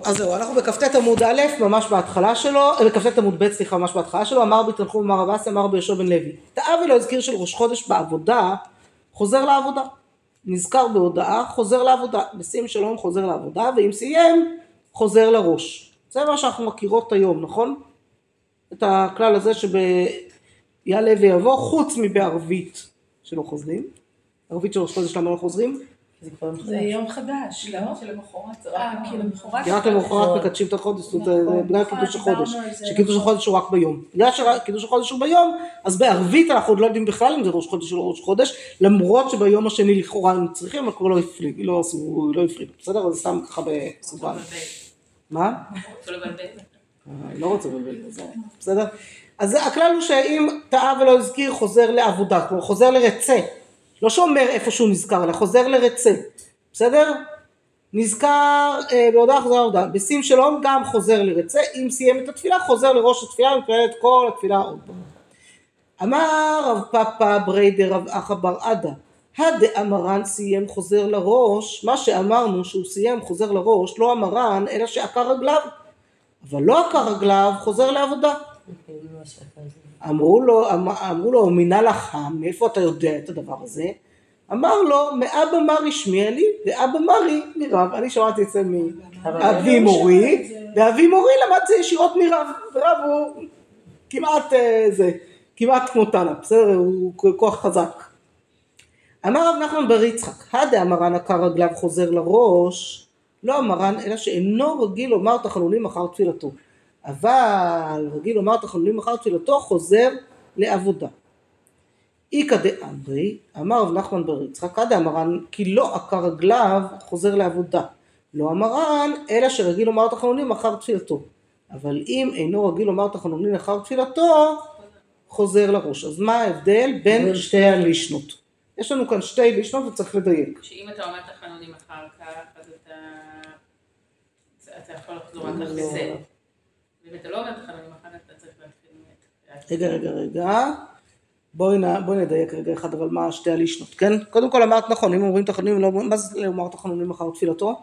אז זהו, אנחנו בכ"ט עמוד א', ממש בהתחלה שלו, בכ"ט עמוד ב', סליחה, ממש בהתחלה שלו, אמר בתנחום אמר רב אסי, אמר ביהושע בן לוי. טעה ולא הזכיר של ראש חודש בעבודה, חוזר לעבודה. נזכר בהודעה, חוזר לעבודה. בשים שלום חוזר לעבודה, ואם סיים, חוזר לראש. זה מה שאנחנו מכירות היום, נכון? את הכלל הזה שביעלה ויבוא, חוץ מבערבית שלא חוזרים. ערבית של ראש חודש למה לא חוזרים? זה יום חדש, לא? שלמחרת. כי רק למחרת מקדשים את החודש, בגלל קידוש החודש, שקידוש החודש הוא רק ביום. בגלל שקידוש החודש הוא ביום, אז בערבית אנחנו עוד לא יודעים בכלל אם זה ראש חודש או לא ראש חודש, למרות שביום השני לכאורה הם צריכים, אבל כבר לא הפרידו. בסדר? זה סתם ככה בסוגריים. מה? לא רוצה לבלבל, בסדר? אז הכלל הוא שאם טעה ולא הזכיר, חוזר לעבודה, כלומר חוזר לרצה. לא שאומר איפה שהוא נזכר, אלא חוזר לרצה, בסדר? נזכר בהודעה חוזר להודעה, בשים שלום גם חוזר לרצה, אם סיים את התפילה חוזר לראש התפילה, ומתפלל את כל התפילה עוד פעם. אמר רב פאפא בריידר רב אחא בר עדה, הדאמרן סיים חוזר לראש, מה שאמרנו שהוא סיים חוזר לראש, לא אמרן אלא שעקר רגליו, אבל לא עקר רגליו חוזר לעבודה. אמרו לו, מינה לך, מאיפה אתה יודע את הדבר הזה? אמר לו, מאבא מרי שמיע לי, ואבא מרי מרב. אני שמעתי את זה מאבי מורי, ואבי מורי למד זה ישירות מרב, ורב הוא כמעט כמו תנא, בסדר? הוא כוח חזק. אמר רב נחמן בר יצחק, הדאמרן עקר רגליו חוזר לראש, לא אמרן, אלא שאינו רגיל לומר תחנונים אחר תפילתו. אבל רגיל לומר תחנונים אחר תפילתו חוזר לעבודה. איקא דאמרי, אמר רב נחמן בר יצחק, דאמרן כי לא עקר רגליו חוזר לעבודה. לא אמרן, אלא שרגיל לומר תחנונים אחר תפילתו. אבל אם אינו רגיל לומר תחנונים אחר תפילתו, חוזר לראש. אז מה ההבדל בין שתי הלישנות? יש לנו כאן שתי לישנות וצריך לדייק. שאם אתה אומר תחנונים אחר כך, אז אתה יכול לחזור רק לזה. ואם אתה לא אומר תחנונים אחר כך, אתה צריך להתחיל רגע. בואי נדייק רגע אחד, אבל מה שתי הלישנות, כן? קודם כל אמרת נכון, אם אומרים תחנונים, מה זה לומר תחנונים אחר תפילתו?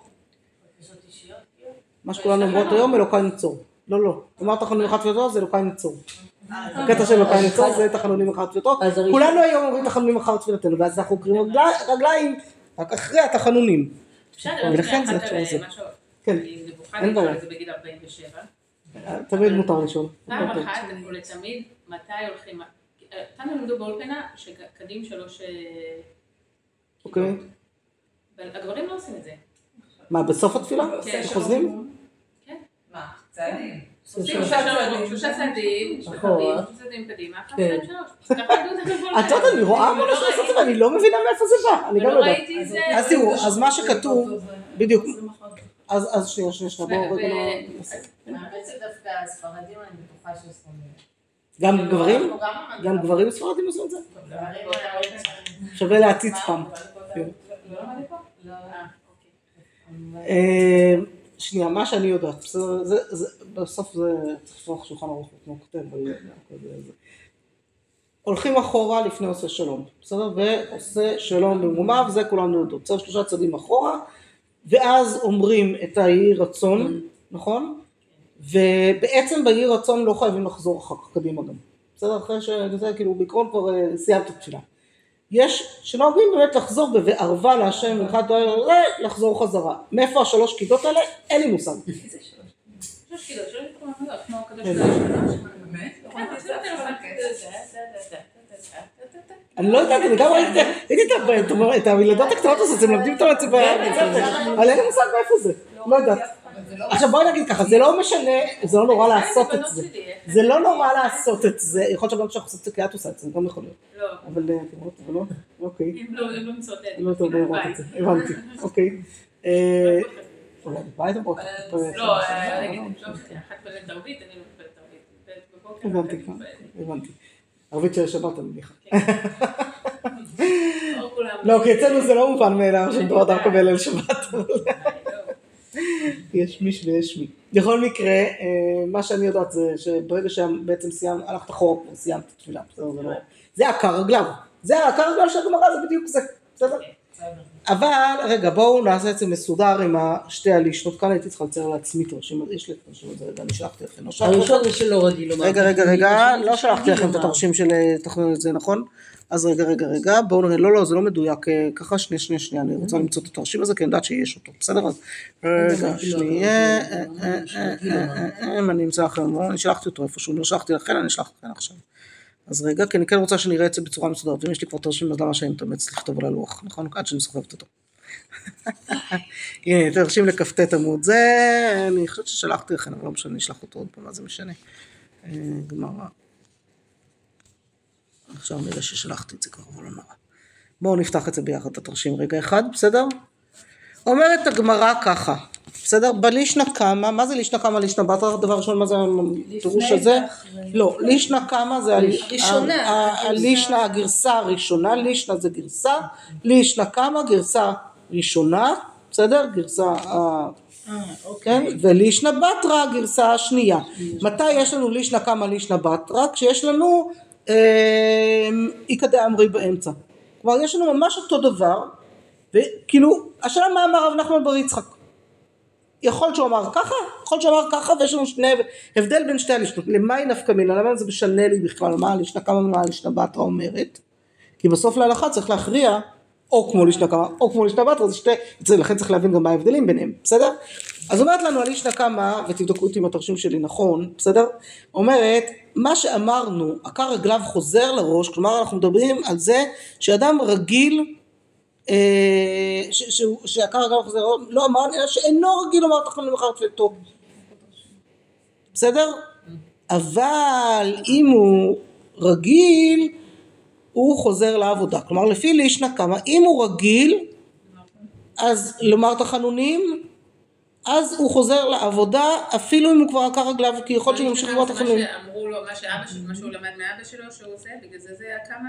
מה שכולנו אומרות היום, אלוקי נצור. לא. לומר תחנונים אחר תפילתו זה אלוקי נצור. הקטע של אלוקי נצור זה תחנונים אחר תפילתו. כולנו היום אומרים תחנונים אחר תפילתנו, ואז אנחנו קוראים רגליים רק אחרי התחנונים. ולכן זה משהו. כן, אין בעיה. זה בגיל 47. תמיד מותר לשאול. פעם אחת ולתמיד מתי הולכים, כאן למדו באולפנה שקדים 3 כיתות. הגברים לא עושים את זה. מה, בסוף התפילה? חוזרים? כן. מה? צעדים. עושים 3 צעדים, קדימה, אחרי 3. את יודעת, אני רואה מה לעשות את זה, ואני לא מבינה מאיפה זה בא. אני גם לא ראיתי את זה. אז תראו, אז מה שכתוב, בדיוק. אז שנייה, בואו רגע לא... בעצם דווקא הספרדים אני בטוחה שעושים את זה. גם גברים? גם גברים ספרדים עושים את זה? שווה להציץ פעם. שנייה, מה שאני יודעת, בסוף זה צריך לפתוח שולחן ערוך כמו כותב, הולכים אחורה לפני עושה שלום, בסדר? ועושה שלום במרומיו, זה כולנו יודעות, צריך 3 צעדים אחורה, ואז אומרים את היהי רצון, נכון? ובעצם ביהי רצון לא חייבים לחזור אחר כך קדימה גם, בסדר? אחרי שזה כאילו בעקרון כבר סיימת התפילה. יש שנוהגים באמת לחזור ב"וערבה להשם ולכת לחזור חזרה. מאיפה 3 כיתות האלה? אין לי מושג. 3 כיתות, 3 כיתות, כמו הקדוש שלנו. באמת? אני לא יודעת, אני גם ראיתי את המילדות הקטנות הזאת, הם לומדים את זה אבל אין לי מושג מאיפה זה, לא יודעת. עכשיו בואי נגיד ככה, זה לא משנה, זה לא נורא לעשות את זה. זה לא נורא לעשות את זה, יכול להיות שגם כשאנחנו עושים את זה כי את עושה את זה, זה גם יכול להיות. לא. אבל תראו, זה לא, אוקיי. אם לא מצוות את זה. לא טוב לראות את זה, הבנתי, אוקיי. אולי בבית או בוקר? לא, אחת פלט ערבית, אני לא פלט ערבית. הבנתי. ערבית של שבת אני מניחה. לא, כי אצלנו זה לא מובן מאליו שדור אדם קבל על שבת. יש מיש ויש מי. בכל מקרה, מה שאני יודעת זה שברגע שבעצם הלכת אחורה, סיימת תפילה. זה עקר רגליו. זה עקר רגליו של הגמרא, זה בדיוק זה. בסדר? אבל רגע בואו נעשה את זה מסודר עם שתי הלישנות, כאן הייתי צריכה לצייר לעצמי תרשים, יש לי תרשים את זה, רגע אני שלחתי לכם. הראשון זה שלא רגיל. רגע, לא שלחתי לכם את התרשים של תכנון את זה, נכון? אז רגע, בואו נראה, לא, זה לא מדויק, ככה שנייה, אני רוצה למצוא את התרשים הזה, כי אני יודעת שיש אותו, בסדר? רגע, שנייה, אני אמצא לכם, אני שלחתי אותו איפשהו, לא שלחתי לכם, אני שלחתי לכם עכשיו. אז רגע, כי אני כן רוצה שנראה את זה בצורה מסודרת, ואם יש לי כבר תרשים, אז למה שאני מתאמץ לכתוב על הלוח, נכון? עד שאני סוחבת אותו. הנה, תרשים לכ"ט עמוד זה, אני חושבת ששלחתי לכם, אבל לא משנה, אני אשלח אותו עוד פעם, מה זה משנה? גמרא. עכשיו נראה ששלחתי את זה כבר, אבל לא נראה. בואו נפתח את זה ביחד, את התרשים רגע אחד, בסדר? אומרת הגמרא ככה, בסדר? בלישנא קמא, מה זה לישנא קמא, לישנא בתרא? דבר ראשון, מה זה הפירוש הזה? לא, לישנא קמא זה הלישנא, הגרסה הראשונה, לישנא זה גרסה, לישנא קמא גרסה ראשונה, בסדר? גרסה, כן? ולישנא בתרא גרסה השנייה. מתי יש לנו לישנא קמא לישנא בתרא? כשיש לנו איקא דאמרי באמצע. כלומר יש לנו ממש אותו דבר, וכאילו השאלה מה אמר רב נחמן בר יצחק. יכול להיות שהוא אמר ככה, יכול להיות שהוא אמר ככה, ויש לנו שני הבדל בין שתי הלישנות. למה היא נפקא מינה? למה זה משנה לי בכלל? מה הלישנא קמא ומה הלישנא בתרא אומרת? כי בסוף להלכה צריך להכריע או כמו לישנא קמא או כמו לישנא בתרא, זה שתי, לכן צריך להבין גם מה ההבדלים ביניהם, בסדר? אז אומרת לנו הלישנא קמא, ותבדקו אותי עם התרשים שלי נכון, בסדר? אומרת, מה שאמרנו, עקר רגליו חוזר לראש, כלומר אנחנו מדברים על זה שאדם רגיל, שעקר רגליו חוזר לראש, לא אמר, אלא שאינו רגיל לומר תחנונים אחר תפילתו. בסדר? אבל אם הוא רגיל, הוא חוזר לעבודה. כלומר, לפי לישנא קמא, אם הוא רגיל, אז לומר תחנונים, אז הוא חוזר לעבודה, אפילו אם הוא כבר עקר רגליו, כי יכול להיות שהוא ימשיך לומר תחנונים. מה שאמרו לו, מה שהוא למד מאבא שלו, שהוא עושה, בגלל זה הקמא?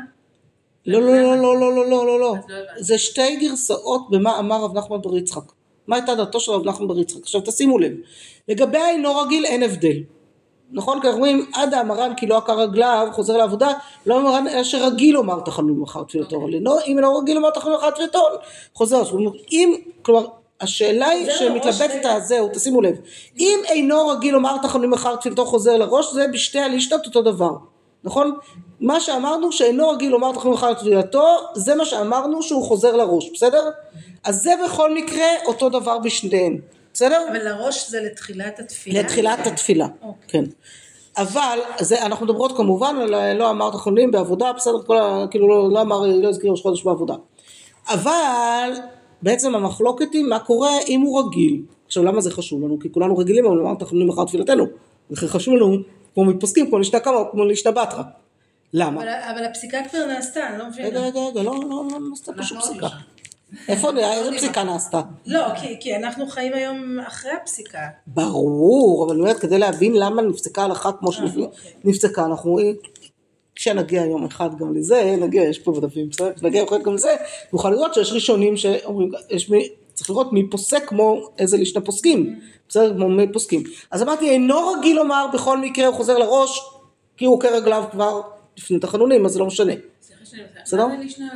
לא. זה שתי גרסאות במה אמר רב נחמן בר יצחק. מה הייתה דעתו של רב נחמן בר יצחק? עכשיו תשימו לב, לגבי אינו רגיל אין הבדל. נכון? כי אנחנו אומרים, עד המרן כי לא עקר רגליו, חוזר לעבודה, לא המרן אלא שרגיל לומר תחנונים אחר תפילתו. אם אינו רגיל לומר תחנונים אחר תפילתו, חוזר. כלומר, השאלה היא שמתלבטת זהו, תשימו לב. אם אינו רגיל לומר תחנונים אחר תפילתו חוזר לראש, זה בשתי הלישנות אותו דבר. נכון? מה שאמרנו שאינו רגיל לומר תחנונים אחר תפילתו, זה מה שאמרנו שהוא חוזר לראש, בסדר? אז זה בכל מקרה אותו דבר בשניהם. בסדר? אבל לראש זה לתחילת התפילה? לתחילת התפילה, כן. אבל אנחנו מדברות כמובן על לא אמר תחנונים בעבודה, בסדר? כאילו לא אמר, לא הזכיר ראש חודש בעבודה. אבל בעצם המחלוקת היא מה קורה אם הוא רגיל. עכשיו למה זה חשוב לנו? כי כולנו רגילים אבל לומר תחנונים אחר תפילתנו. וכי חשוב לנו כמו מתפסקים, כמו לישנא קמא, כמו לישנא בתרא. למה? אבל הפסיקה כבר נעשתה, אני לא מבינה. רגע, לא נעשתה פשוט פסיקה. איפה נראה, איזה פסיקה נעשתה? לא, כי אנחנו חיים היום אחרי הפסיקה. ברור, אבל באמת כדי להבין למה נפסקה הלכה כמו שנפסקה, אנחנו כשנגיע יום אחד גם לזה, יש פה בדפים, נגיע יום אחד גם לזה, נוכל לראות שיש ראשונים שאומרים, צריך לראות מי פוסק כמו איזה לישנא פוסקים, בסדר, כמו מי פוסקים. אז אמרתי, אינו רגיל לומר בכל מקרה הוא חוזר לראש, כי הוא עוקר רגליו כבר לפני תחנונים, אז זה לא משנה. בסדר?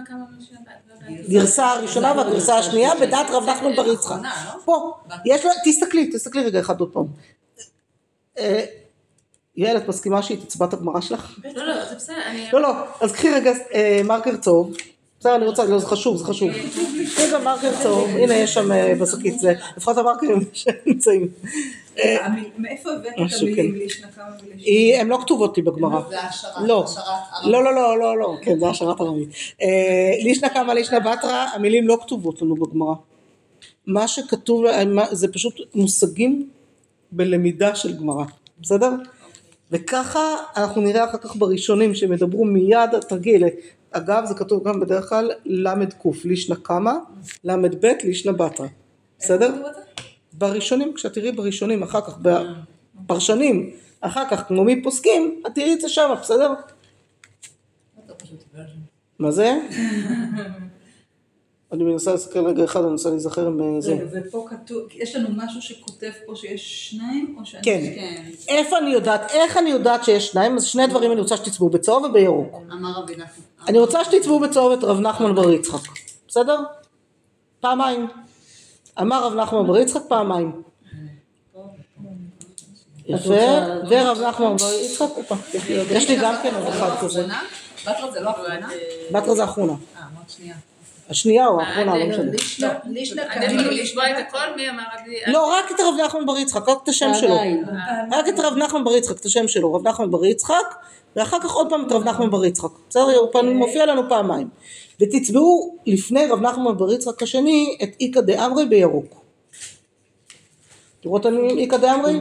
גרסה הראשונה והגרסה השנייה בדעת רב נחמן בר יצחק. פה, תסתכלי רגע אחד עוד פעם. יעל, את מסכימה שהיא תצבע את הגמרא שלך? לא, זה בסדר. לא, אז קחי רגע מרקר צהוב. בסדר, אני רוצה, לא, זה חשוב. קחי גם מרקר צהוב, הנה יש שם בשקית זה. לפחות המרקרים שנמצאים. מאיפה הבאת את המילים לישנא קמא ולישנא? הן לא כתובות לי בגמרא. זה השערת. לא, כן, זה השערת ארמית. לישנא קמא לישנא בתרא, המילים לא כתובות לנו בגמרא. מה שכתוב, זה פשוט מושגים בלמידה של גמרא, בסדר? וככה אנחנו נראה אחר כך בראשונים שמדברו מיד התרגיל. אגב, זה כתוב גם בדרך כלל למד קוף, לישנא קמא, למד ב' לישנא בתרא. בסדר? בראשונים, כשתראי בראשונים, אחר כך בפרשנים, אחר כך כמו מי פוסקים, את תראי את זה שם, בסדר? מה זה? אני מנסה לסקר רגע אחד, אני מנסה להיזכר עם זה. ופה כתוב, יש לנו משהו שכותב פה שיש שניים? כן. איך אני יודעת שיש שניים? אז שני דברים אני רוצה שתצבעו, בצהוב ובירוק. אמר רבי נחמן. אני רוצה שתצבעו בצהוב את רב נחמן בר יצחק, בסדר? פעמיים. אמר רב נחמן בר יצחק פעמיים. יפה, ורב נחמן בר יצחק, יש לי גם כן עוד אחד כזה. בתרה זה לא אחרונה? בתרה זה אחרונה. אמרת שנייה. השנייה או האחרונה, לא משנה. אני לשמוע את הכל, מי אמר לי? לא, רק את רב נחמן בר יצחק, רק את השם שלו. רק את רב נחמן בר יצחק, את השם שלו, רב נחמן בר יצחק, ואחר כך עוד פעם את רב נחמן בר יצחק. בסדר, הוא מופיע לנו פעמיים. ותצבעו לפני רב נחמן בר יצחק השני את איקא דאמרי בירוק. תראו אותנו עם איקא דאמרי?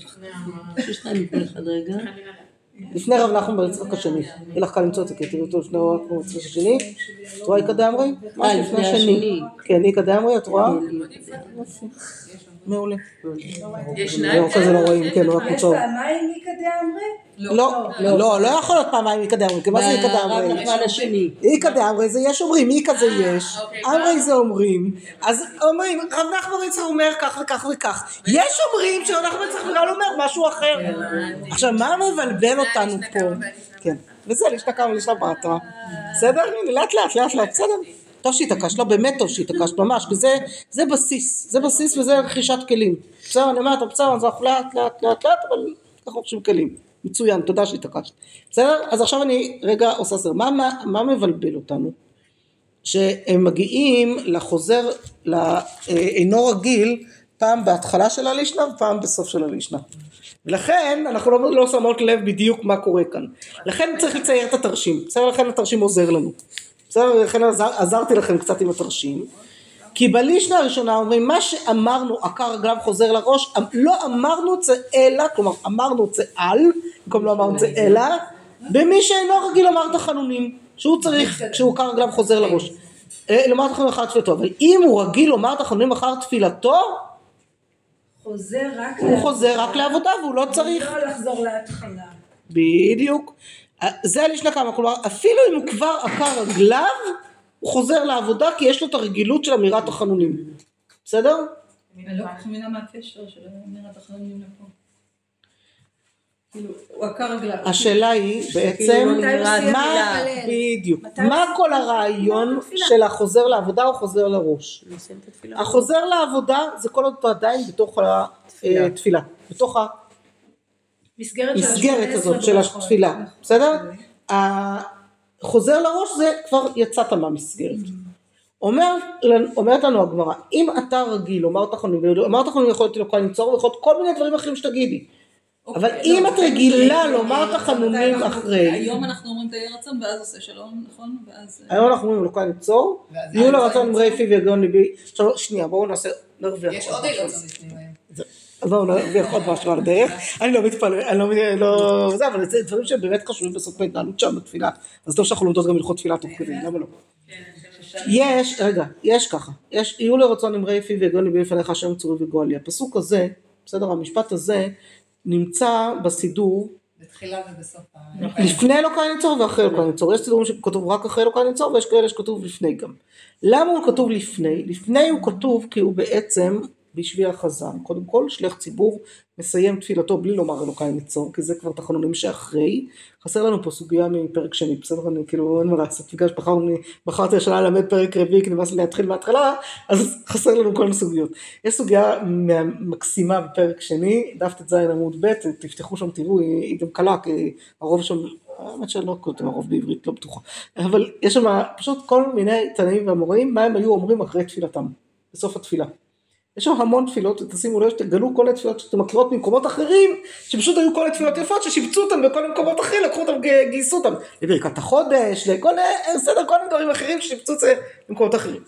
לפני רב נחמן בר יצחק השני. יהיה לך קל למצוא את זה, כי תראו אותו לפני רב נחמן בר יצחק השני. את רואה איקא דאמרי? לפני השני. כן, איקא דאמרי, את רואה? מעולה. יש שניים כזה לא רואים, כן, הוא רק יש מצוא. פעמיים איקא דאמרי? לא יכול להיות פעמיים איקא דאמרי, כי מה זה איקא דאמרי? איקא דאמרי זה יש אומרים, איקא זה יש, אמרי זה אומרים, אז אומרים, רב נחמן בר יצחק אומר כך וכך וכך, יש אומרים שרב נחמן בר יצחק בכלל אומר משהו אחר. עכשיו מה מבלבל אותנו פה? כן, וזה לשנה כמה לשנה בתרה, בסדר? לאט לאט, בסדר? טוב שהתעקשת, לא באמת טוב שהתעקשת ממש, כי זה בסיס וזה רכישת כלים. בסדר, אני אומרת, בסדר, אז אנחנו לאט, אבל אנחנו חושבים כלים. מצוין, תודה שהתעקשת. בסדר? אז עכשיו אני רגע עושה סדר. מה מבלבל אותנו? שהם מגיעים לחוזר, אינו רגיל, פעם בהתחלה של הלישנה ופעם בסוף של הלישנה. ולכן אנחנו לא שמות לב בדיוק מה קורה כאן. לכן צריך לצייר את התרשים. בסדר, לכן התרשים עוזר לנו. בסדר, לכן עזרתי לכם קצת עם התרשים. כי בלישנה הראשונה אומרים, מה שאמרנו, עקר רגליו חוזר לראש, לא אמרנו את זה אלא, כלומר אמרנו את זה על, במקום לא אמרנו את זה אלא, במי שאינו רגיל לומר את החנונים, שהוא צריך, כשהוא עקר רגליו חוזר לראש, לומר את החנונים אחר תפילתו, אבל אם הוא רגיל לומר את החנונים אחר תפילתו, הוא חוזר רק לעבודה, והוא לא צריך, לא לחזור להתחלה. בדיוק, זה הלישנה כמה, כלומר, אפילו אם הוא כבר עקר רגליו, הוא חוזר לעבודה כי יש לו את הרגילות של אמירת החנונים. בסדר? אני לא כל כך מבינה מה הקשר של אמירת החנונים לפה. כאילו, הוא עקר רגליו. השאלה היא בעצם, מה כל הרעיון של החוזר לעבודה או חוזר לראש? החוזר לעבודה זה כל עוד עדיין בתוך התפילה, בתוך המסגרת הזאת של התפילה. בסדר? חוזר לראש זה כבר יצאת מהמסגרת. אומרת לנו הגמרא, אם אתה רגיל, אומר תחנונים יכול להיות אלוקי ניצור, ויכול להיות כל מיני דברים אחרים שתגידי. אבל אם את רגילה לומר תחנונים אחרי, היום אנחנו אומרים תהיה רצון ואז עושה שלום, נכון? היום אנחנו אומרים אלוקי ניצור, יהיו לרצון אמרי פי ויגון ליבי. עכשיו שנייה, בואו נרוויח. יש עוד עילות לפנים היום. בואו נרוויח עוד משהו על הדרך. אני לא מתפלא, אבל זה דברים שהם באמת חשובים בסוף בהתנהלות שם בתפילה. אז טוב שאנחנו לומדות גם הלכות תפילה תוך כדי, למה לא? יש ככה, יהיו לרצון אמרי פי ויגון ליבי לפניך השם צורי וגואלי. הפסוק הזה, בסדר, המשפט הזה נמצא בסידור בתחילה ובסוף. לפני אלוקי ניצור ואחרי אלוקי ניצור. יש סידורים שכתוב רק אחרי אלוקי ניצור ויש כאלה שכתוב לפני גם. למה הוא כתוב לפני? לפני הוא כתוב כי הוא בעצם בשביל החזן. קודם כל שליח ציבור מסיים תפילתו בלי לומר אלוקי ניצור, כי זה כבר תחנונים שאחרי. חסר לנו פה סוגיה מפרק שני, בסדר? אני כאילו אין מה לעשות, בגלל שבחרתי השנה ללמד פרק רביעי, כי נמאס לי להתחיל מההתחלה, אז חסר לנו כל הסוגיות. יש סוגיה מקסימה בפרק שני, דף ט"ז עמוד ב', תפתחו שם תראו, היא גם קלה, כי הרוב שם, האמת שלא כותב הרוב בעברית, לא בטוחה, אבל יש שם פשוט כל מיני תנאים ואמוראים, מה הם היו אומרים אחרי תפילתם, בסוף התפילה. יש שם המון תפילות, תשימו לב שתגלו כל התפילות שאתם מכירות ממקומות אחרים, שפשוט היו כל התפילות יפות, ששיבצו אותם בכל מקומות אחרים, לקחו אותם, גייסו אותם, לברכת החודש, לכל מיני דברים אחרים, ששיבצו את זה במקומות אחרים.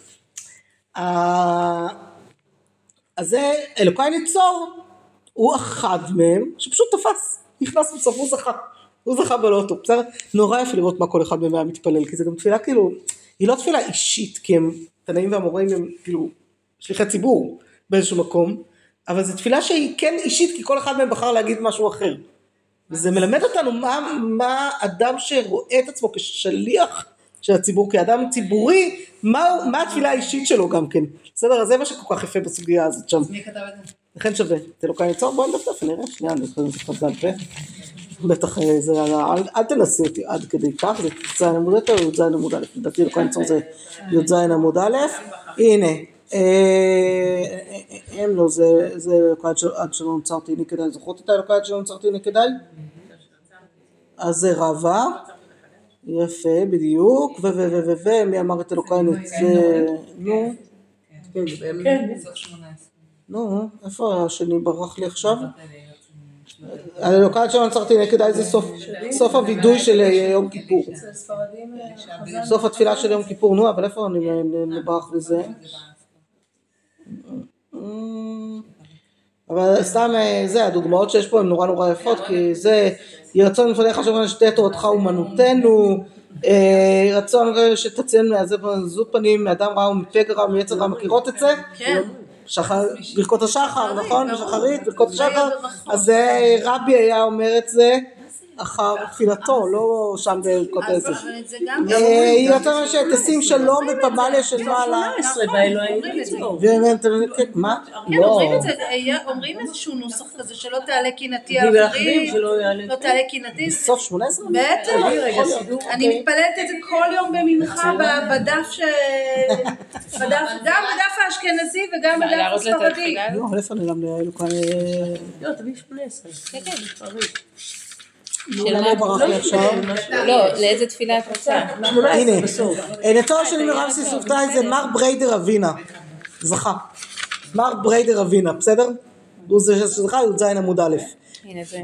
אז זה אלוקי ניצור, הוא אחד מהם, שפשוט תפס, נכנס בסוף, הוא זכה בלוטו, בסדר? נורא יפה לראות מה כל אחד מהם היה מתפלל, כי זה גם תפילה כאילו, היא לא תפילה אישית, כי הם תנאים והמוראים הם כאילו, שליחי ציבור באיזשהו מקום, אבל זו תפילה שהיא כן אישית, כי כל אחד מהם בחר להגיד משהו אחר. וזה מלמד אותנו מה אדם שרואה את עצמו כשליח של הציבור, כאדם ציבורי, מה התפילה האישית שלו גם כן. בסדר, אז זה מה שכל כך יפה בסוגיה הזאת שם. מי כתב את זה? לכן שווה. אלוקי ניצור, בואו נדפדף, נראה, שנייה, אני אקרא את זה חזל פה. בטח זה, אל תנסי אותי עד כדי כך, זה י"ז עמוד א' או י"ז עמוד א', לדעתי אלוקי ניצור זה י"ז עמוד א', הנה. אין לו, זה אלוקי עד שלא נוצרתי הנה כדאי. זוכרות את האלוקי עד שלא נוצרתי הנה כדאי? אז זה רבה. יפה, בדיוק. ומי אמר את אלוקי נצא? נו. כן, בסוף 18. נו, איפה השני ברח לי עכשיו? אלוקי עד שלא נוצרתי הנה כדאי זה סוף הווידוי של יום כיפור. סוף התפילה של יום כיפור. נו, אבל איפה אני ברח לזה? אבל סתם זה, הדוגמאות שיש פה הן נורא נורא יפות, כי זה ירצון לפניך שתהיה תורתך אומנותנו, רצון שתציין זות פנים מאדם רע ומפגע רע מיצר רע, מכירות את זה? כן. ברכות השחר, נכון? בשחרית, ברכות השחר. אז רבי היה אומר את זה אחר תפילתו, לא שם ברכות העצב. היא יותר שתשים שלום בפמליה של מעלה. 18 באלוהים. מה? כן, אומרים איזשהו נוסח כזה שלא תעלה קינתי האחרים, לא תעלה קינתי. סוף 18? בטח, אני מתפללת את זה כל יום במנחה בדף, גם בדף האשכנזי וגם בדף הספרדי. לא, איפה אני גם לאלוקי... לא, תביא 18. כן, לא ברח לי עכשיו. לא, לאיזה תפילה את רוצה? הנה, נצור שלי מרב סיסופתאי זה מר בריידר אבינה. זכה. מר בריידר אבינה, בסדר? הוא זה שזכה, הוא זין עמוד א'. הנה זה.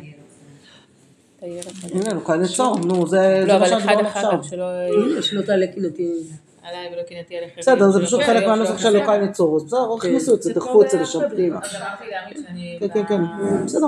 הנה, אלוקי נצור, נו, זה לא, מה אבל שאני אחד עכשיו. שלא תעלה קינתי. עליי ולא קינאתי עליך. בסדר, זה פשוט חלק מהנוסח של אלוקי נצור. אז בסדר, הכניסו את זה, תחפו את זה לשם פנימה. אז אמרתי לעמית שאני... כן, בסדר.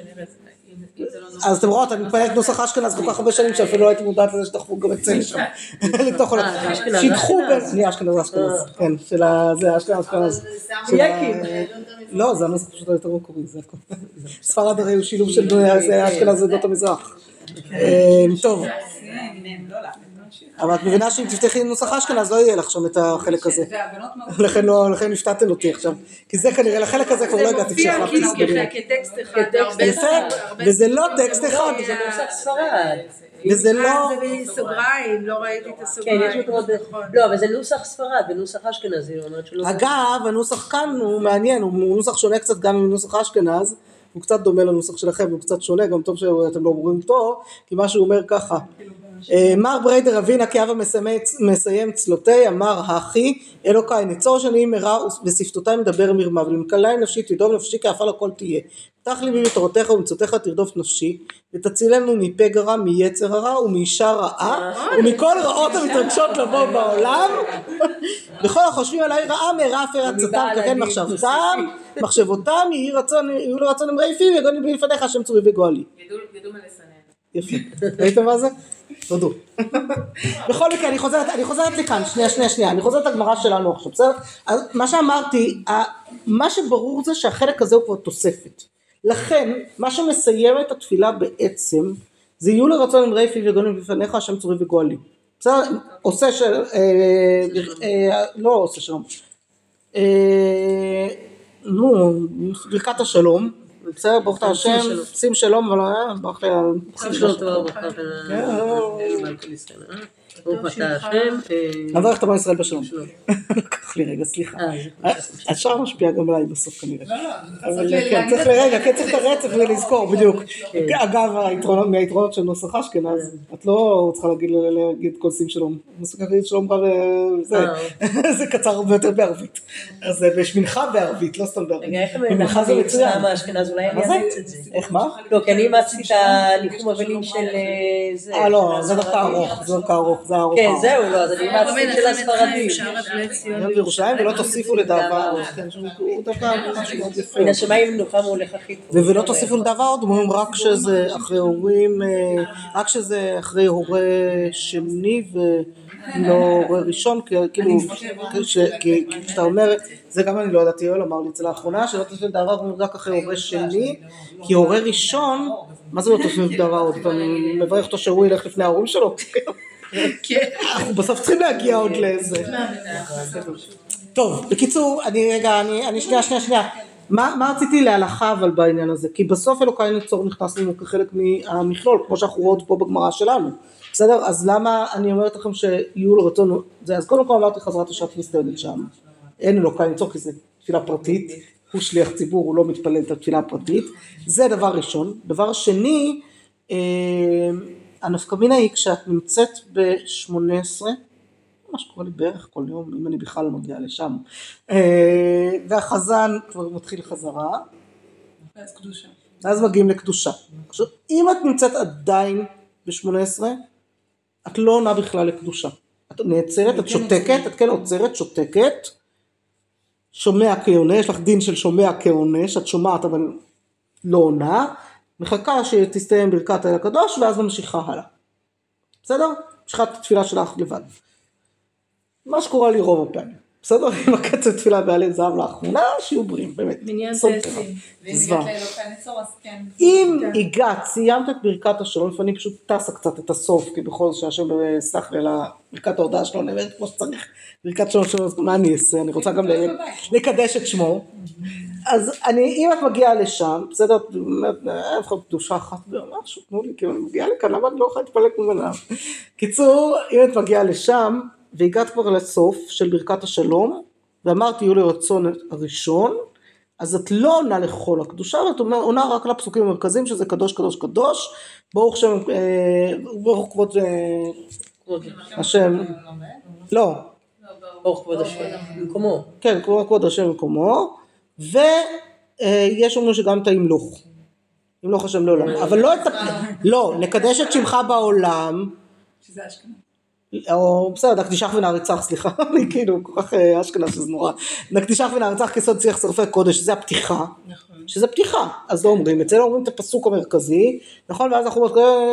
אז אתם רואות, אני מתפלאת נוסח אשכנז כל כך הרבה שנים שאפילו לא הייתי מודעת לזה שתחפו גם את זה לשם. לתוך עולם. שידחו בין... אשכנז, כן, של זה, אשכנז. לא, זה הנוסח פשוט יותר מקורי, זה הכל. ספרד הרי הוא שילוב של אשכנז ועדות המזרח. טוב. אבל את מבינה שאם תפתחי נוסח אשכנז לא יהיה לך שם את החלק הזה. לכן הפתעתם אותי עכשיו. כי זה כנראה, לחלק הזה כבר לא הגעתי כשהחלפתי סגרים. כטקסט אחד. יפה, וזה לא טקסט אחד. זה נוסח ספרד. וזה לא... זה בסוגריים, לא ראיתי את הסוגריים. כן, יש עוד... לא, אבל זה נוסח ספרד, ונוסח אשכנזי. אגב, הנוסח כאן הוא מעניין, הוא נוסח שונה קצת גם מנוסח אשכנז, הוא קצת דומה לנוסח שלכם, הוא קצת שונה, גם טוב שאתם לא אומרים אותו, כי מה שהוא אומר ככה, מר בריידר אבינה כי אבא מסיים צלותי, אמר האחי, אלוקי נצור שני מרע ושפתותי מדבר מרמה, ולמקלי נפשי תדום נפשי כי אפל הכל תהיה. פתח ליבי בתורתך ומצוותיך תרדוף נפשי, ותצילנו מפגע רע, מיצר הרע ומאישה רעה, ומכל רעות המתרגשות לבוא בעולם, וכל החושבים עליי רעה מרע אפר עצתם, ככן מחשבתם, מחשבותם יהיו לרצון אמרי פי, ויגוני בי לפניך השם צורי וגואלי. ידעו מלסנן. יפה, ראיתם מה זה? תודו. בכל מקרה, אני חוזרת לכאן, שנייה, אני חוזרת לגמרא שלנו עכשיו, בסדר? מה שאמרתי, מה שברור זה שהחלק הזה הוא כבר תוספת. לכן, מה שמסיים את התפילה בעצם, זה יהיו לרצון אמרי פי ויגוני בפניך השם צורי וגואלי. בסדר? עושה של... לא עושה שלום. ברכת השלום. בסדר, ברוך אתה השם, שים שלום, אבל ברוך אתה... שים שלום טובה וברכה. ברוך אתה השם. נברך את עמו ישראל בשלום. לקח לי רגע, סליחה. השאר משפיע גם עליי בסוף כנראה. אבל כן, צריך לרגע, כן צריך את הרצף ולזכור, בדיוק. אגב, מהיתרונות של נוסח אשכנז, את לא צריכה להגיד כל שים שלום. נוסח להגיד שלום רב וזה. זה קצר הרבה יותר בערבית. אז זה בשמינך בערבית, לא סתם בערבית. רגע, איך מנחה זה מצוין? מהאשכנז, אולי אני אמיץ את זה. איך מה? לא, כי אני אימצתי את הניחום אבלים של זה. לא, זה דווקא ארוך, זה ארוך. כן, זהו, לא, אז אני אימצתי של הספרדים. בירושלים ולא תוסיפו לדאבה עוד, הוא דווקא משהו מאוד יפה. מן השמיים מנוחה מולך הכי טוב. ולא תוסיפו לדאבה עוד, אומרים רק שזה אחרי הורים, רק שזה אחרי הורה שני ולא הורה ראשון, כאילו, כשאתה אומר, זה גם אני לא יודעת, יואל אמר לי אצל האחרונה, שלא תוסיפו לדאבה עוד רק אחרי הורה שני, כי הורה ראשון, מה זה לא תוסיפו לדאבה עוד? אתה מברך אותו שהוא ילך לפני ההורים שלו? אנחנו בסוף צריכים להגיע עוד לזה. טוב, בקיצור, אני שנייה. מה רציתי להלכה אבל בעניין הזה? כי בסוף אלוקי נצור נכנס לנו כחלק מהמכלול, כמו שאנחנו רואות פה בגמרא שלנו. בסדר? אז למה אני אומרת לכם שיהיו לרצון זה? אז קודם כל אמרתי חזרת השעת מסתיימת שם. אין אלוקי למצוא כי זה תפילה פרטית, הוא שליח ציבור, הוא לא מתפלל את התפילה הפרטית, זה דבר ראשון. דבר שני, הנפקמינה היא כשאת נמצאת ב-18, מה שקורה לי בערך כל יום, אם אני בכלל מגיעה לשם, והחזן כבר מתחיל חזרה, אז קדושה. אז מגיעים לקדושה. עכשיו, אם את נמצאת עדיין ב-18, את לא עונה בכלל לקדושה. את נעצרת, את שותקת, את כן עוצרת, שותקת, שומע כעונה, יש לך דין של שומע כעונה, שאת שומעת אבל לא עונה, מחכה שתסתיים ברכת האל הקדוש, ואז ממשיכה הלאה. בסדר? ממשיכה את התפילה שלך לבד. מה שקורה לי רוב הפעמים. בסדר? עם הקצת תפילה בעלי זהב לאחרונה, שיהיו בריאים, באמת. מניין סומכה. טייסים. ואם הגעת לאלוקי נצור, אז כן. אם הגעת, סיימת את ברכת השלום, לפעמים פשוט טסה קצת את הסוף, כי בכל זאת שהשם סלח לי לברכת ההודעה שלו, נאמרת כמו שצריך, ברכת שלום שלום, מה אני אעשה? אני רוצה גם לקדש את שמו. אז אם את מגיעה לשם, בסדר, לפחות קדושה אחת, משהו, תנו לי, כי אני מגיעה לכאן, למה אני לא יכולה להתפלק ממנה? קיצור, אם את מגיעה לשם, והגעת כבר לסוף של ברכת השלום, ואמרת יהיו לי רצון הראשון, אז את לא עונה לכל הקדושה, ואת עונה רק לפסוקים המרכזיים, שזה קדוש קדוש קדוש, ברוך שם, ברוך כבוד השם, לא, ברוך כבוד השם במקומו. כן, כבוד השם במקומו, ויש אומרים שגם את ההמלוך, המלוך השם לעולם, אבל לא, נקדש את שמך בעולם, שזה אשכנז. או בסדר, נקדישך ונעריצך, סליחה, אני כאילו כל כך אשכנז שזה נורא, נקדישך ונעריצך כסוד שיח שרפי קודש, שזה הפתיחה, שזה פתיחה, אז לא אומרים, אצלנו אומרים את הפסוק המרכזי, נכון, ואז אנחנו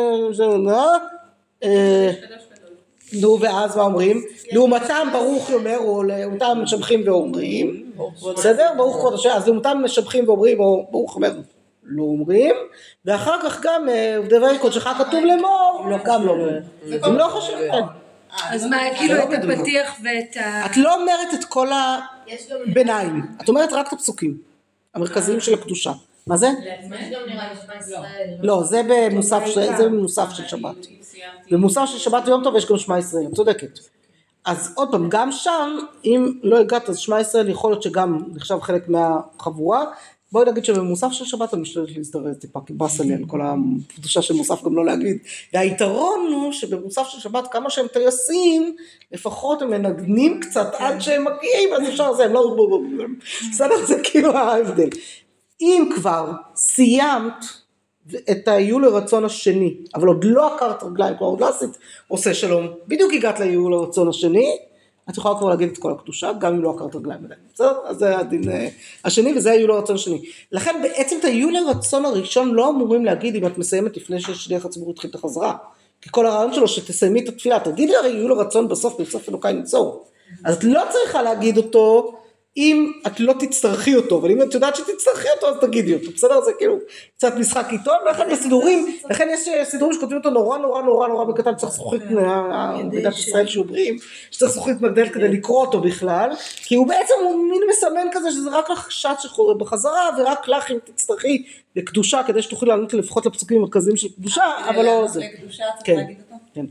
נו, ואז מה אומרים? לעומתם ברוך יאמר, או לעומתם משבחים ואומרים, בסדר? ברוך כבוד השם, אז לעומתם משבחים ואומרים, או ברוך אומר, לא אומרים, ואחר כך גם דברי קודשך כתוב לאמור, גם לא אומרים. הם לא חושבים, כן. אז מה, כאילו את הפתיח ואת ה... את לא אומרת את כל הביניים, את אומרת רק את הפסוקים המרכזיים של הקדושה. מה זה? יש גם נראה לי שמע ישראל. לא, זה במוסף של שבת. במוסף של שבת ויום טוב יש גם שמע ישראל, צודקת. אז עוד פעם, גם שם, אם לא הגעת, אז שמע ישראל יכול להיות שגם נחשב חלק מהחבורה. בואי נגיד שבמוסף של שבת אני משתדלת להזדרז טיפה, כי בס עלי על כל הקדושה של מוסף גם לא להגיד. והיתרון הוא שבמוסף של שבת כמה שהם טייסים, לפחות הם מנגנים קצת עד שהם מגיעים, אז אפשר לזה, הם לא... בסדר, זה כאילו ההבדל. אם כבר סיימת את היהיו לרצון השני, אבל עוד לא עקרת רגליים, כבר עוד לא עשית עושה שלום, בדיוק הגעת ליהיו לרצון השני, את יכולה כבר להגיד את כל הקדושה, גם אם לא עקרת רגליים עדיין. בסדר? אז זה הדין השני, וזה היהיו לרצון השני. לכן בעצם את היהיו לרצון הראשון לא אמורים להגיד אם את מסיימת לפני ששליח הציבור התחיל את החזרה. כי כל הרעיון שלו שתסיימי את התפילה, תגידי הרי יהיו לרצון בסוף אלוקי נצור. אז את לא צריכה להגיד אותו אם את לא תצטרכי אותו, אבל אם את יודעת שתצטרכי אותו, אז תגידי אותו. בסדר? זה כאילו קצת משחק איתו, לכן יש סידורים שכותבים אותו נורא נורא נורא נורא בקטן, צריך זכוכית מדינת ישראל שהוא בריאים, שצריך זכוכית מגדל כדי לקרוא אותו בכלל, כי הוא בעצם מין מסמן כזה שזה רק לחשת שחור בחזרה, ורק לך אם תצטרכי לקדושה, כדי שתוכלי לענות לפחות לפסוקים המרכזיים של קדושה, אבל לא זה. לקדושה צריך להגיד אותו? כן.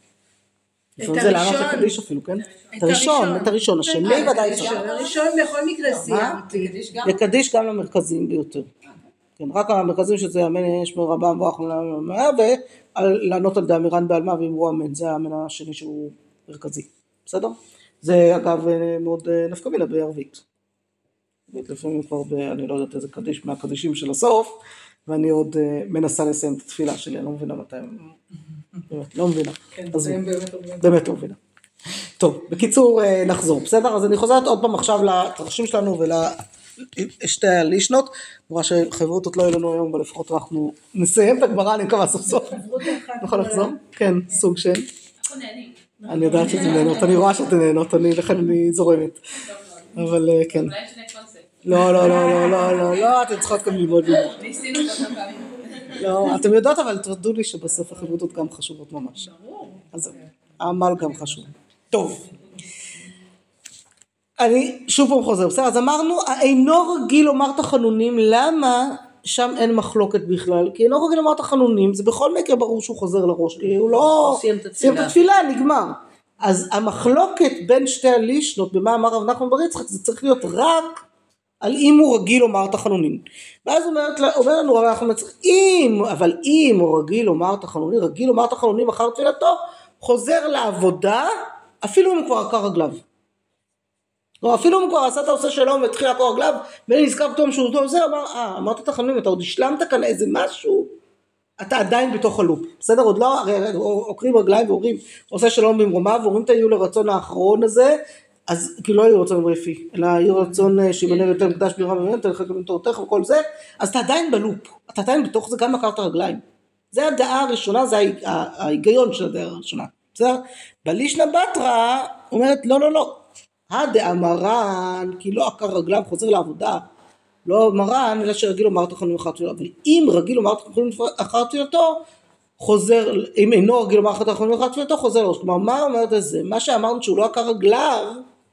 זה לענות לקדיש אפילו, כן? את הראשון, השני ודאי אפשר. הראשון בכל מקרה סיימתי. לקדיש גם למרכזיים ביותר. כן, רק המרכזים שזה אמן שמר רבם ברוך ולענות על דאמירן בעלמה ואמרו אמן, זה האמן השני שהוא מרכזי. בסדר? זה אגב מאוד נפקמינה בערבית. לפעמים כבר אני לא יודעת איזה קדיש מהקדישים של הסוף, ואני עוד מנסה לסיים את התפילה שלי, אני לא מבינה מתי, באמת, לא מבינה. כן, באמת לא מבינה. טוב, בקיצור נחזור, בסדר? אז אני חוזרת עוד פעם עכשיו לתרשים שלנו ולשתי הלישנות, נראה שחברותות לא יהיו לנו היום, אבל לפחות אנחנו נסיים את הגמרא, אני מקווה סוף סוף. נכון לחזור? כן, סוג של. אנחנו נהנים. אני יודעת שאתם נהנות, אני רואה שאתם נהנות, לכן אני זורמת. אבל כן. אולי יש שני קונספט. לא, אתן צריכות גם ללמוד. ניסינו כמה פעמים. לא, אתם יודעות, אבל תרדו לי שבסוף החברותות גם חשובות ממש. אז העמל גם חשוב. טוב. אני שוב פעם חוזר, בסדר, אז אמרנו, אינו רגיל לומר תחנונים, למה שם אין מחלוקת בכלל? כי אינו רגיל לומר תחנונים, זה בכל מקרה ברור שהוא חוזר לראש, כי הוא לא סיים את התפילה, נגמר. אז המחלוקת בין שתי הלישנות במה אמר רב נחמן בר יצחק זה צריך להיות רק על אם הוא רגיל לומר תחנונים. ואז אומר לנו רב נחמן בר יצחק אבל אם הוא רגיל לומר תחנונים אחר תפילתו חוזר לעבודה אפילו אם הוא כבר עקר רגליו. או אפילו אם הוא כבר עשה את העושה שלום והתחיל לעקור רגליו ונזכר פתאום שהוא טוב זה אמרת תחנונים אתה עוד השלמת כאן איזה משהו אתה עדיין בתוך הלופ, בסדר? עוד לא, עוקרים רגליים ואומרים, עושה שלום במרומיו, ואומרים את היו לרצון האחרון הזה, אז כאילו לא היו רצון רפי, אלא היו רצון שימנה יותר מקדש בירה ומנה, תלך לקבל תורתך וכל זה, אז אתה עדיין בלופ, אתה עדיין בתוך זה גם עקרת רגליים. זה הדעה הראשונה, זה ההיגיון של הדעה הראשונה, בסדר? בלישנא בתרא אומרת, לא, הדעה מרן, כי לא עקר רגליו, חוזר לעבודה, לא מרן, אלא שרגיל לומר תחנונים אחר תפילתו, אבל אם רגיל לומר תחנונים אחר תפילתו, חוזר, אם אינו רגיל לומר תחנונים אחר תפילתו, חוזר לראש. כלומר, מה אומרת את זה? מה שאמרנו שהוא לא עקר רגליו,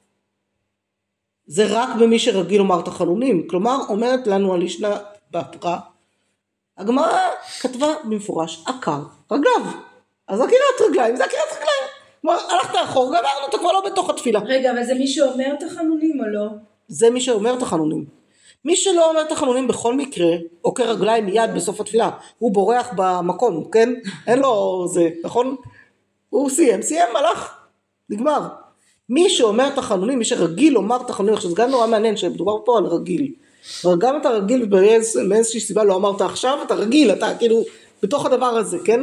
זה רק במי שרגיל לומר תחנונים. כלומר, אומרת לנו הלישנא בתרא, הגמרא כתבה במפורש, עקר רגליו. אז עקירת רגליים, זה עקירת רגליים. כלומר, הלכת אחור, גמרנו, אתה כבר לא בתוך התפילה. רגע, אבל זה מי שאומר תחנונים או לא? זה מי שאומר תחנונים. מי שלא אומר תחנונים בכל מקרה, עוקר רגליים מיד בסוף התפילה, הוא בורח במקום, כן? אין לו זה, נכון? הוא סיים, הלך, נגמר. מי שאומר תחנונים, מי שרגיל לומר תחנונים, עכשיו זה גם נורא מעניין שמדובר פה על רגיל. אבל גם אתה רגיל מאיזושהי סיבה לא אמרת עכשיו, אתה רגיל, אתה כאילו בתוך הדבר הזה, כן?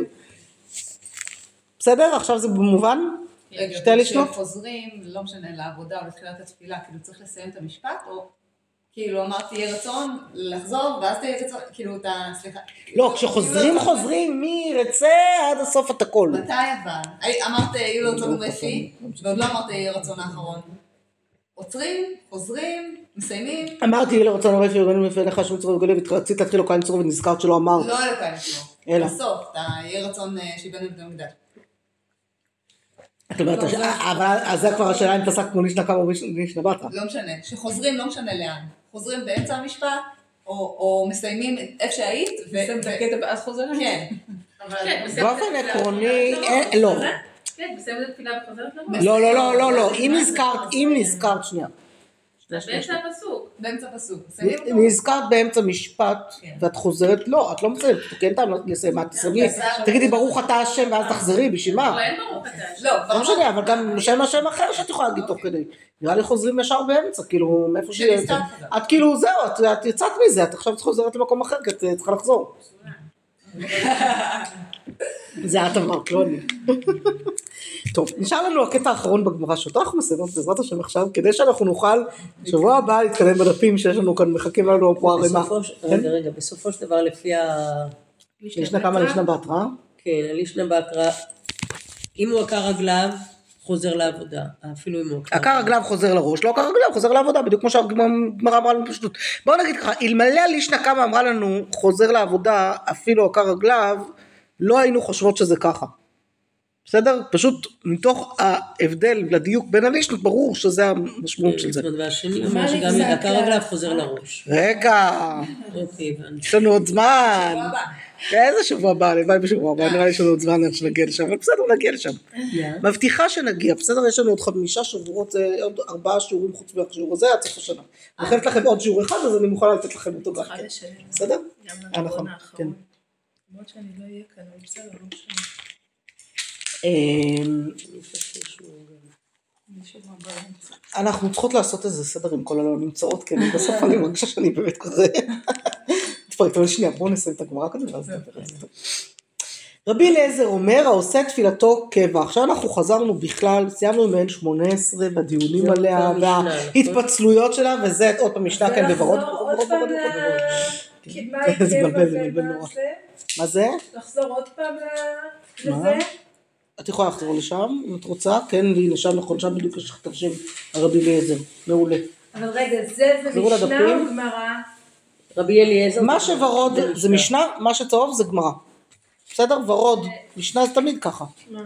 בסדר? עכשיו זה במובן? שתי הלישנות? כשחוזרים, לא משנה, לעבודה בתחילת התפילה, כאילו צריך לסיים את המשפט, או כאילו אמרתי יהיה רצון לחזור, ואז תהיה רצון, כאילו אתה, סליחה. לא, כשחוזרים, מי ירצה עד הסוף את הכל. מתי אבל? אמרת יהיו לו רצון רפי, ועוד לא אמרת יהיה רצון האחרון. עוצרים, חוזרים, מסיימים. אמרתי יהיה לרצון הרפי, ובין לפני לך שום צורך גולי, ורצית להתחיל לקיים צורך ונזכרת שלא אמרת. לא לקיים צורך. בסוף, יהיה רצון שיבנו בית המקדש. את אומרת, אז זה כבר השאלה אם פסק כמו לישנא קמא או לישנא בתרא. לא משנה, שחוזרים לא משנה לאן. חוזרים באמצע המשפט, או מסיימים איפה שהיית, מסיים את הקטע ואז חוזר? כן. באופן עקרוני, לא. כן, מסיימת את התפילה וחוזרת לראש. לא, אם נזכרת, שנייה. באמצע הפסוק. נזכרת באמצע משפט, ואת חוזרת, לא, את לא מסיימת, כן, לסיים, מה תסיימי, תגידי ברוך אתה השם, ואז תחזרי, בשביל מה? לא, אין ברוך אתה השם. לא משנה, אבל גם שם אחר שאת יכולה להגיד תוך כדי. נראה לי חוזרים ישר באמצע, כאילו, מאיפה שיהיה. את כאילו, זהו, את יצאת מזה, את עכשיו חוזרת למקום אחר, כי את צריכה לחזור. זה את אמרת, לא אני. טוב, נשאר לנו הקטע האחרון בגמרא, שאותו אנחנו מסיימות בעזרת השם עכשיו, כדי שאנחנו נוכל שבוע הבא להתקדם בדפים שיש לנו כאן, מחכים לנו פה הרמה. רגע, בסופו של דבר לפי לישנא קמא לישנא בתרא. כן, לישנא בתרא, אם הוא עקר רגליו, חוזר לעבודה, אפילו אם הוא עקר רגליו חוזר לראש, לא עקר רגליו חוזר לעבודה, בדיוק כמו שהגמרא אמרה לנו פשוט. בואו נגיד ככה, אלמלא לישנא קמא אמרה לנו חוזר לעבודה, אפילו עקר רגליו, לא היינו חושבות שזה ככה. בסדר? פשוט מתוך ההבדל לדיוק בין הלישנות, ברור שזה המשמעות של זה. והשני אומר שגם עקר רגליו חוזר לראש. רגע, יש לנו עוד זמן. איזה שבוע הבא, לביא בשבוע הבא, נראה לי שיש לנו עוד זמן עד שנגיע לשם, אבל בסדר, נגיע לשם. מבטיחה שנגיע, בסדר, יש לנו עוד 5 שבועות, עוד 4 שיעורים חוץ מהשיעור הזה, עד סוף השנה. אני חייבת לכם עוד שיעור אחד, אז אני מוכנה לתת לכם אותו גם. בסדר? נכון. למרות שאני לא אהיה כאן, אבל בסדר, לא משנה. אנחנו צריכות לעשות איזה סדר עם כל הלא נמצאות, כי בסוף אני מרגישה שאני באמת כזה תפרק, אבל שנייה, בואו נסיים את הגמרא כזה ואז נדבר על זה. רבי אליעזר אומר, העושה תפילתו קבע. עכשיו אנחנו חזרנו בכלל, סיימנו עם N18 והדיונים עליה וההתפצלויות שלה, וזה עוד פעם משנה כאן בברות. מה זה? לחזור עוד פעם לזה? את יכולה לחזור לשם, אם את רוצה, כן, לי לשם, נכון, שם בדיוק יש לך תרשים, הרבי אליעזר, מעולה. אבל רגע, זה משנה או גמרא? רבי אליעזר. מה שוורוד זה משנה, מה שצהוב זה גמרא. בסדר? ורוד, משנה זה תמיד ככה.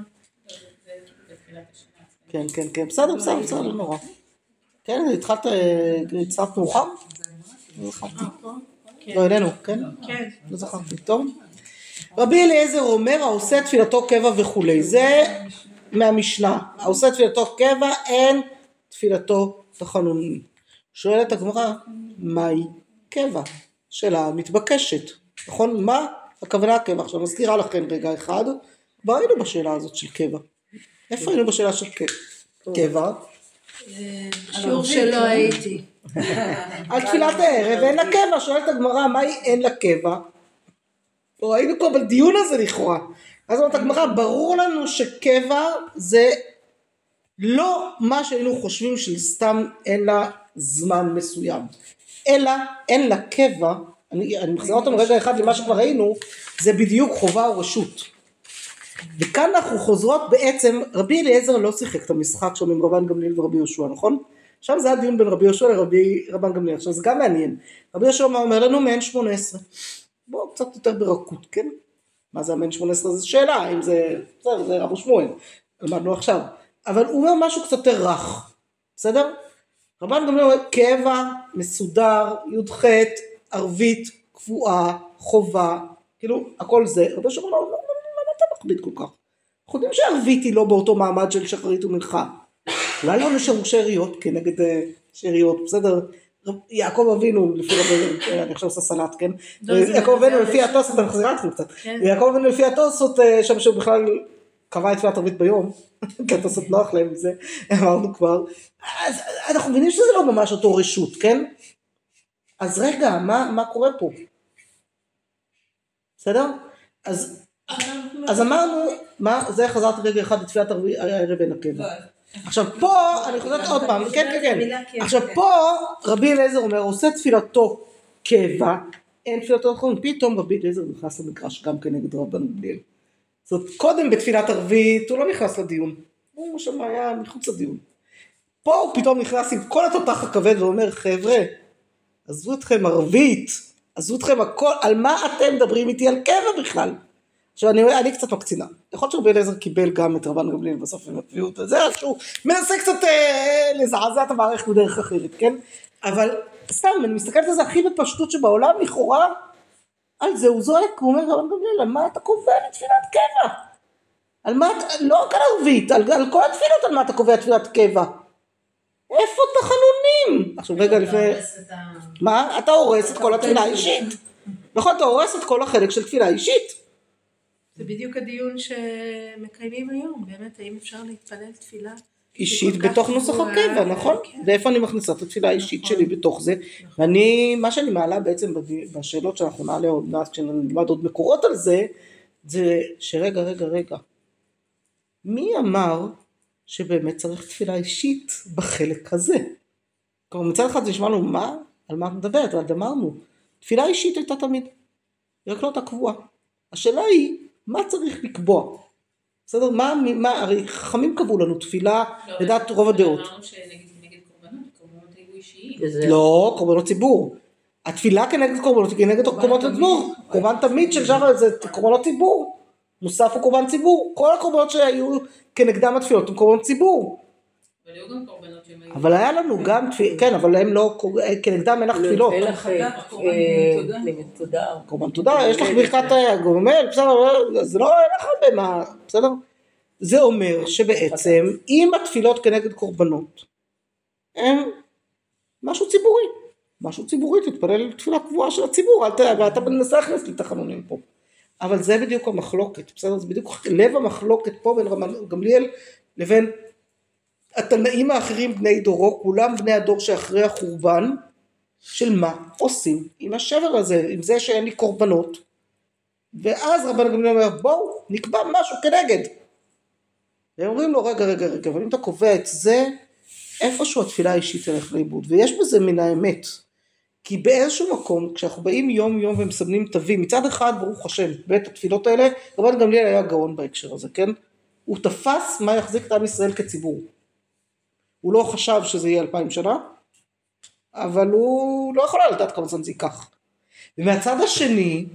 כן, כן, כן, בסדר, לא נורא. כן, התחלת מאוחר? לא זכרתי. לא, אלינו, כן? כן. לא זכרתי, טוב. רבי אליעזר אומר, העושה תפילתו קבע וכולי. זה מהמשנה, העושה תפילתו קבע, אין תפילתו תחנונים. שואלת הגמרא, מהי קבע? שאלה מתבקשת, נכון? מה הכוונה קבע? עכשיו מזכירה לכם רגע אחד, והיינו בשאלה הזאת של קבע. איפה היינו בשאלה של קבע? שיעור שלא הייתי. על תפילת הערב, אין לה קבע, שואלת הגמרא, מהי אין לה קבע? היינו פה בדיון הזה לכאורה. אז אומרת הגמרא, ברור לנו שקבע זה לא מה שהיינו חושבים של סתם אין לה זמן מסוים, אלא אין לה קבע, אני מחזיר אותם רגע אחד למה שכבר ראינו, זה בדיוק חובה או רשות. וכאן אנחנו חוזרות בעצם, רבי אליעזר לא שיחק את המשחק שם עם רבן גמליאל ורבי יהושע, נכון? עכשיו זה הדיון בין רבי יהושע לרבן גמליאל, עכשיו זה גם מעניין. רבי יהושע אומר לנו מעין 18, בואו קצת יותר ברכות, כן? מה זה המעין 18? זו שאלה, אם זה רבו שמואל, למדנו עכשיו, אבל הוא אומר משהו קצת יותר רך, בסדר? רבן גמליאל אומר קבע, מסודר, י"ח, ערבית, קבועה, חובה, כאילו הכל זה. רבי יהושע אומר לא, למה אתה מכביד כל כך? אנחנו יודעים שערבית היא לא באותו מעמד של שחרית ומנחה, אולי לא נשארו שאריות כנגד שאריות, בסדר? יעקב אבינו לפי רבי, אני עכשיו עושה סלט, כן? יעקב אבינו לפי התוספות, אני מחזירה אתכם קצת, יעקב אבינו לפי התוספות, שם שהוא בכלל קבע את תפילת ערבית ביום, כי התוספות נוח להם מזה, אמרנו כבר, אז אנחנו מבינים שזה לא ממש אותו רשות, כן? אז רגע, מה קורה פה? בסדר? אז אמרנו, זה חזרתי רגע אחד לתפילת הערב אין הקבע. עכשיו פה, אני חוזרת עוד פעם, כן, עכשיו פה רבי אליעזר אומר, עושה תפילתו קבע, אין תפילתו תחנונים, פתאום רבי אליעזר נכנס למגרש גם כנגד רבן גמליאל. זאת אומרת, קודם בתפילת ערבית הוא לא נכנס לדיון, הוא שם היה מחוץ לדיון. פה הוא פתאום נכנס עם כל התותח הכבד ואומר, חבר'ה, עזבו אתכם ערבית, עזבו אתכם הכל, על מה אתם מדברים איתי על קבע בכלל? עכשיו אני קצת מקצינה, יכול להיות שרבי אליעזר קיבל גם את רבן גמליאל בסוף עם הטביעות, זה שהוא מנסה קצת לזעזע את המערכת בדרך אחרת, כן? אבל סתם, אני מסתכלת על זה הכי בפשטות שבעולם, לכאורה, על זה הוא זועק, הוא אומר רבן גמליאל, על מה אתה קובע לתפילת קבע? על מה, לא רק על ערבית, על כל התפילות, על מה אתה קובע תפילת קבע? איפה תחנונים? עכשיו רגע לפני, מה? אתה הורס את כל התפילה האישית, נכון? אתה הורס את כל החלק של תפילה אישית. זה בדיוק הדיון שמקיימים היום, באמת, האם אפשר להתפלל תפילה אישית בתוך נוסח הקבע, נכון? ואיפה אני מכניסה את התפילה האישית שלי בתוך זה, ואני, מה שאני מעלה בעצם בשאלות שאנחנו נעלה עוד מעט, כשנלמד עוד מקורות על זה, זה שרגע, מי אמר שבאמת צריך תפילה אישית בחלק הזה? כלומר מצד אחד זה נשמע לנו, מה? על מה את מדברת? אבל אמרנו, תפילה אישית הייתה תמיד, רק לא הייתה קבועה. השאלה היא, מה צריך לקבוע? בסדר? הרי חכמים קבעו לנו תפילה לדעת רוב הדעות. אמרנו שנגד קורבנות היו אישיים. לא, קורבנות ציבור. התפילה כנגד קורבנות היא כנגד קורבנות הציבור. קורבן תמיד של שחר זה קורבנות ציבור. מוסף הוא קורבן ציבור. כל הקורבנות שהיו כנגדם התפילות הם קורבנות ציבור. אבל היו גם קורבנות שהם היו. אבל היה לנו גם, כן, אבל הם לא, כנגדם אין לך תפילות. אין לך תודה. קורבן תודה, יש לך ברכת גומל, בסדר, זה לא, אין לך הרבה מה, בסדר? זה אומר שבעצם, אם התפילות כנגד קורבנות, הם משהו ציבורי, תתפלל תפילה קבועה של הציבור, ואתה מנסה להכניס לי תחנונים פה. אבל זה בדיוק המחלוקת, בסדר? זה בדיוק לב המחלוקת פה בין רבן גמליאל לבין התנאים האחרים בני דורו, כולם בני הדור שאחרי החורבן, של מה עושים עם השבר הזה, עם זה שאין לי קורבנות, ואז רבן גמליאל אומר, בואו נקבע משהו כנגד. והם אומרים לו, רגע, אבל אם אתה קובע את זה, איפשהו התפילה האישית תלך לאיבוד, ויש בזה מן האמת, כי באיזשהו מקום, כשאנחנו באים יום ומסמנים תווים, מצד אחד, ברוך השם, בית התפילות האלה, רבן גמליאל היה גאון בהקשר הזה, כן? הוא תפס מה יחזיק את עם ישראל כציבור. הוא לא חשב שזה יהיה 2000 שנה, אבל הוא לא יכול לדעת כמה זמן זה ייקח. ומהצד השני,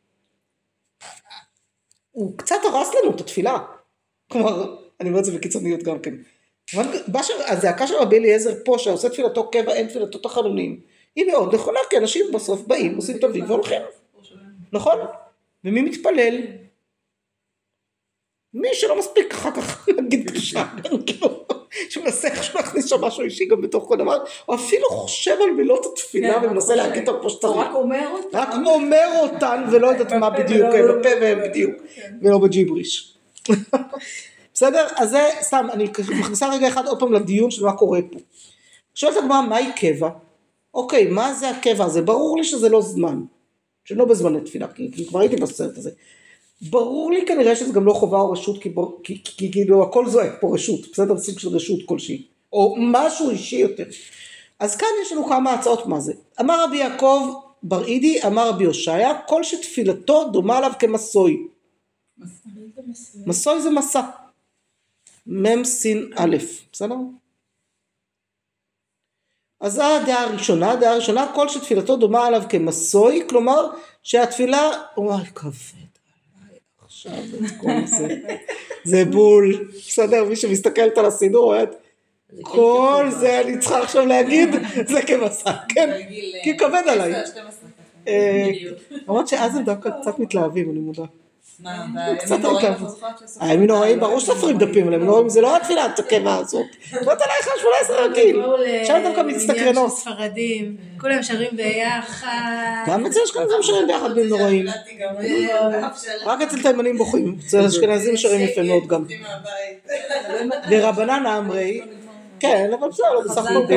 הוא קצת הרס לנו את התפילה. כלומר, אני אומר את זה בקיצוניות גם כן. הזעקה של רבי אליעזר פה, שעושה תפילתו קבע, אין תפילתו תחנונים, היא מאוד נכונה, כי אנשים בסוף באים, עושים תווים והולכים. נכון? ומי מתפלל? מי שלא מספיק אחר כך נגיד קדושה, כאילו, שמנסה איך להכניס שם משהו אישי גם בתוך כל דבר, או אפילו חושב על מילות התפילה ומנסה להגיד אותם כמו שצריך. רק אומר אותן. רק אומר אותן ולא יודעת מה בדיוק, בפה והם בדיוק, ולא בג'יבריש. בסדר? אז זה סתם, אני מכניסה רגע אחד עוד פעם לדיון של מה קורה פה. שואלת הגמרא, מהי קבע? אוקיי, מה זה הקבע הזה? ברור לי שזה לא זמן, שלא בזמני תפילה, כי כבר הייתי בסרט הזה. ברור לי כנראה שזה גם לא חובה או רשות, כי כאילו הכל זועק פה רשות, בסדר? סוג של רשות כלשהי, או משהו אישי יותר. אז כאן יש לנו כמה הצעות מה זה. אמר רבי יעקב בר אידי, אמר רבי הושעיה, כל שתפילתו דומה עליו כמסוי. מסוי זה מסע. מם סין א', בסדר? אז הדעה הראשונה, כל שתפילתו דומה עליו כמסוי, כלומר שהתפילה, וואי כבד עליי עכשיו את כל זה, זה בול, בסדר? מי שמסתכלת על הסידור, כל זה אני צריכה עכשיו להגיד, זה כמסע, כן? כי כבד עליי. למרות שאז הם דווקא קצת מתלהבים, אני מודה. הימים נוראים, ברור שספרים דפים עליהם, נוראים, זה לא התפילה הקבע הזאת, זאת עלייך 18 רגיל, עכשיו אתם גם מצטקרנות. ספרדים, כולם שרים ביחד. גם אצל אשכנזים שרים ביחד בין נוראים, רק אצל תימנים בוכים, אצל אשכנזים שרים יפה מאוד גם. ורבנן אמרי, כן, אבל בסדר, לא בסך הכל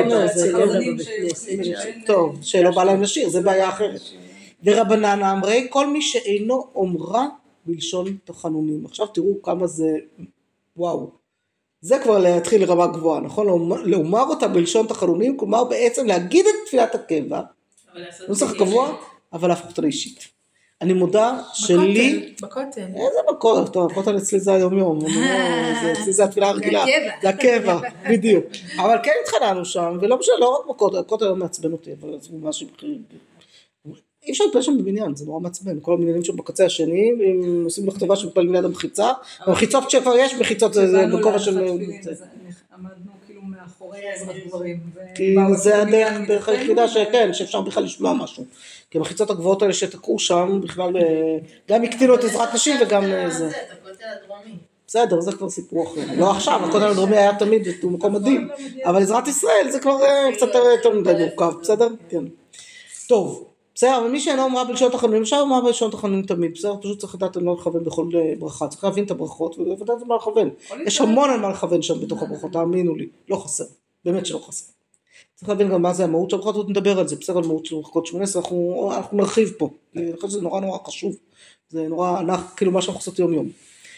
טוב, שלא בא להם לשיר, זה בעיה אחרת. ורבנן אמרי, כל מי שאינו אומרה בלשון תחנונים. עכשיו תראו כמה זה, וואו, זה כבר להתחיל לרמה גבוהה, נכון? לאומר אותה בלשון תחנונים, כלומר בעצם להגיד את תפילת הקבע, נוסח קבוע, אבל להפוך אותה לאישית. אני מודה שלי... בכותל. איזה בכותל? טוב, הכותל אצלי זה היום יום, אצלי זה התפילה הרגילה. זה הקבע, בדיוק. אבל כן התחננו שם, ולא משנה, לא רק בכותל, הכותל לא מעצבן אותי, אבל זה משהו אחר. אי אפשר להתפלל שם בבניין, זה נורא מעצבן, כל הבניינים שם בקצה השני, הם עושים לכתובה שמתפללים ליד המחיצה, המחיצות כשכבר יש, מחיצות זה בקובע של... עמדנו כאילו מאחורי עזרת גברים. כי זה הדרך היחידה שכן, שאפשר בכלל לשמוע משהו. כי המחיצות הגבוהות האלה שתקעו שם, בכלל גם הקטינו את עזרת נשים וגם זה. את הכותל הדרומי. בסדר, זה כבר סיפור אחר. לא עכשיו, הכותל הדרומי היה תמיד מקום מדהים, אבל עזרת ישראל זה כבר קצת יותר מדי מורכב, בסדר? כן. טוב. בסדר, אבל מי שאינו אמרה בלשון תחנונים, אפשר אמרה בלשון תחנונים תמיד, בסדר, פשוט צריך לדעת על מה לכוון בכל ברכה, צריך להבין את הברכות ולדעת על מה לכוון. יש המון על מה לכוון שם בתוך הברכות, תאמינו לי, לא חסר, באמת שלא חסר. צריך להבין גם מה זה המהות של הברכות, נדבר על זה, בסדר, על מהות של ברכות 18, אנחנו נרחיב פה, אני חושב שזה נורא נורא חשוב, זה נורא ענק, כאילו מה שאנחנו עושות יום יום.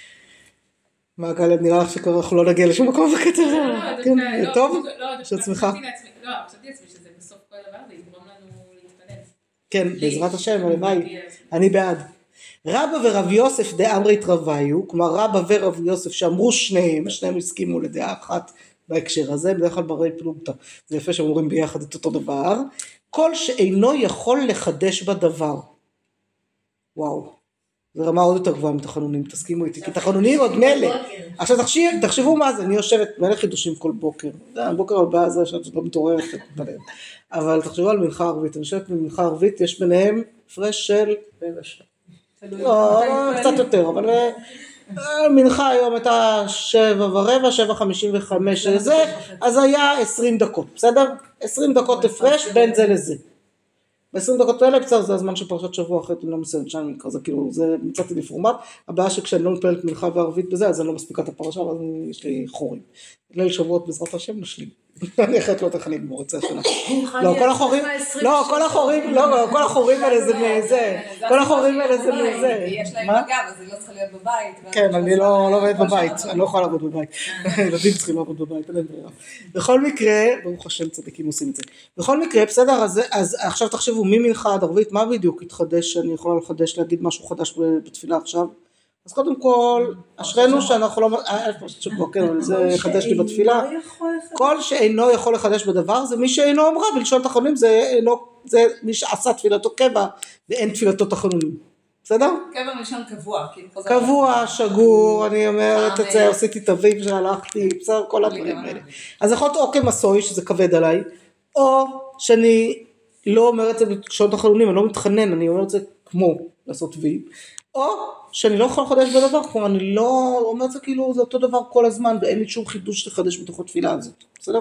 מה גלד, נראה לך שאנחנו לא נגיע לשום מקום בקצר, כן, טוב? שעצמך. לא, חשבתי עצמי שזה בסוף כל דבר, זה יגרום לנו להתפלל. כן, בעזרת השם, הלוואי, אני בעד. רבא ורב יוסף דאמרית רוויו, כלומר רבא ורב יוסף שאמרו שניהם הסכימו לדעה אחת בהקשר הזה, בדרך כלל ברי פלוגתא, זה יפה שאומרים ביחד את אותו דבר, כל שאינו יכול לחדש בדבר. וואו, זה רמה עוד יותר גבוהה מתחנונים, תסכימו איתי, כי תחנונים עוד מלא. עכשיו תחשבו מה זה, אני יושבת מלא חידושים כל בוקר, הבוקר הבא זה שאת לא מתעוררת, אבל תחשבו על מנחה ערבית, אני חושבת במנחה ערבית יש ביניהם הפרש של... לא, קצת יותר, אבל מנחה היום הייתה 7:15, 7:55 זה, אז היה 20 דקות, בסדר? 20 דקות הפרש בין זה לזה. ב-20 דקות האלה בסדר, זה הזמן של פרשת שבוע אחרת, אני לא מסיימת שם, כזה כאילו, זה מצאתי לי פורמט, הבעיה שכשאני לא מתפללת מנחה וערבית בזה, אז אני לא מספיקה את הפרשה, אז יש לי חורים. ליל שבועות בעזרת השם נשלים. אני אחרת לא תכף נגמור את זה השנה. לא, כל החורים האלה זה מזה. כל החורים האלה זה מזה. יש להם מגב, אז היא לא צריכה להיות בבית. כן, אני לא עובד בבית, אני לא יכולה לעבוד בבית. ילדים צריכים לעבוד בבית, אין ברירה. בכל מקרה, ברוך השם צדיקים עושים את זה. בכל מקרה, בסדר, אז עכשיו תחשבו, ממנחה עד ערבית, מה בדיוק התחדש, אני יכולה לחדש, להגיד משהו חדש בתפילה עכשיו? אז קודם כל, אשרנו שאנחנו לא... זה חדש לי בתפילה. כל שאינו יכול לחדש בדבר, זה מי שאינו אמרה, בלשון תחנונים, זה מי שעשה תפילתו קבע, ואין תפילתו תחנונים. בסדר? קבע מלשון קבוע. קבוע, שגור, אני אומרת את זה, עשיתי תווים שהלכתי, בסדר, כל הדברים האלה. אז יכול להיות או כמסוי, שזה כבד עליי, או שאני לא אומרת את זה בלשון תחנונים, אני לא מתחנן, אני אומרת את זה כמו לעשות תווים. או שאני לא יכול לחדש בדבר, כלומר אני לא אומר זה כאילו זה אותו דבר כל הזמן, ואין לי שום חידוש לחדש בתוך התפילה הזאת, בסדר?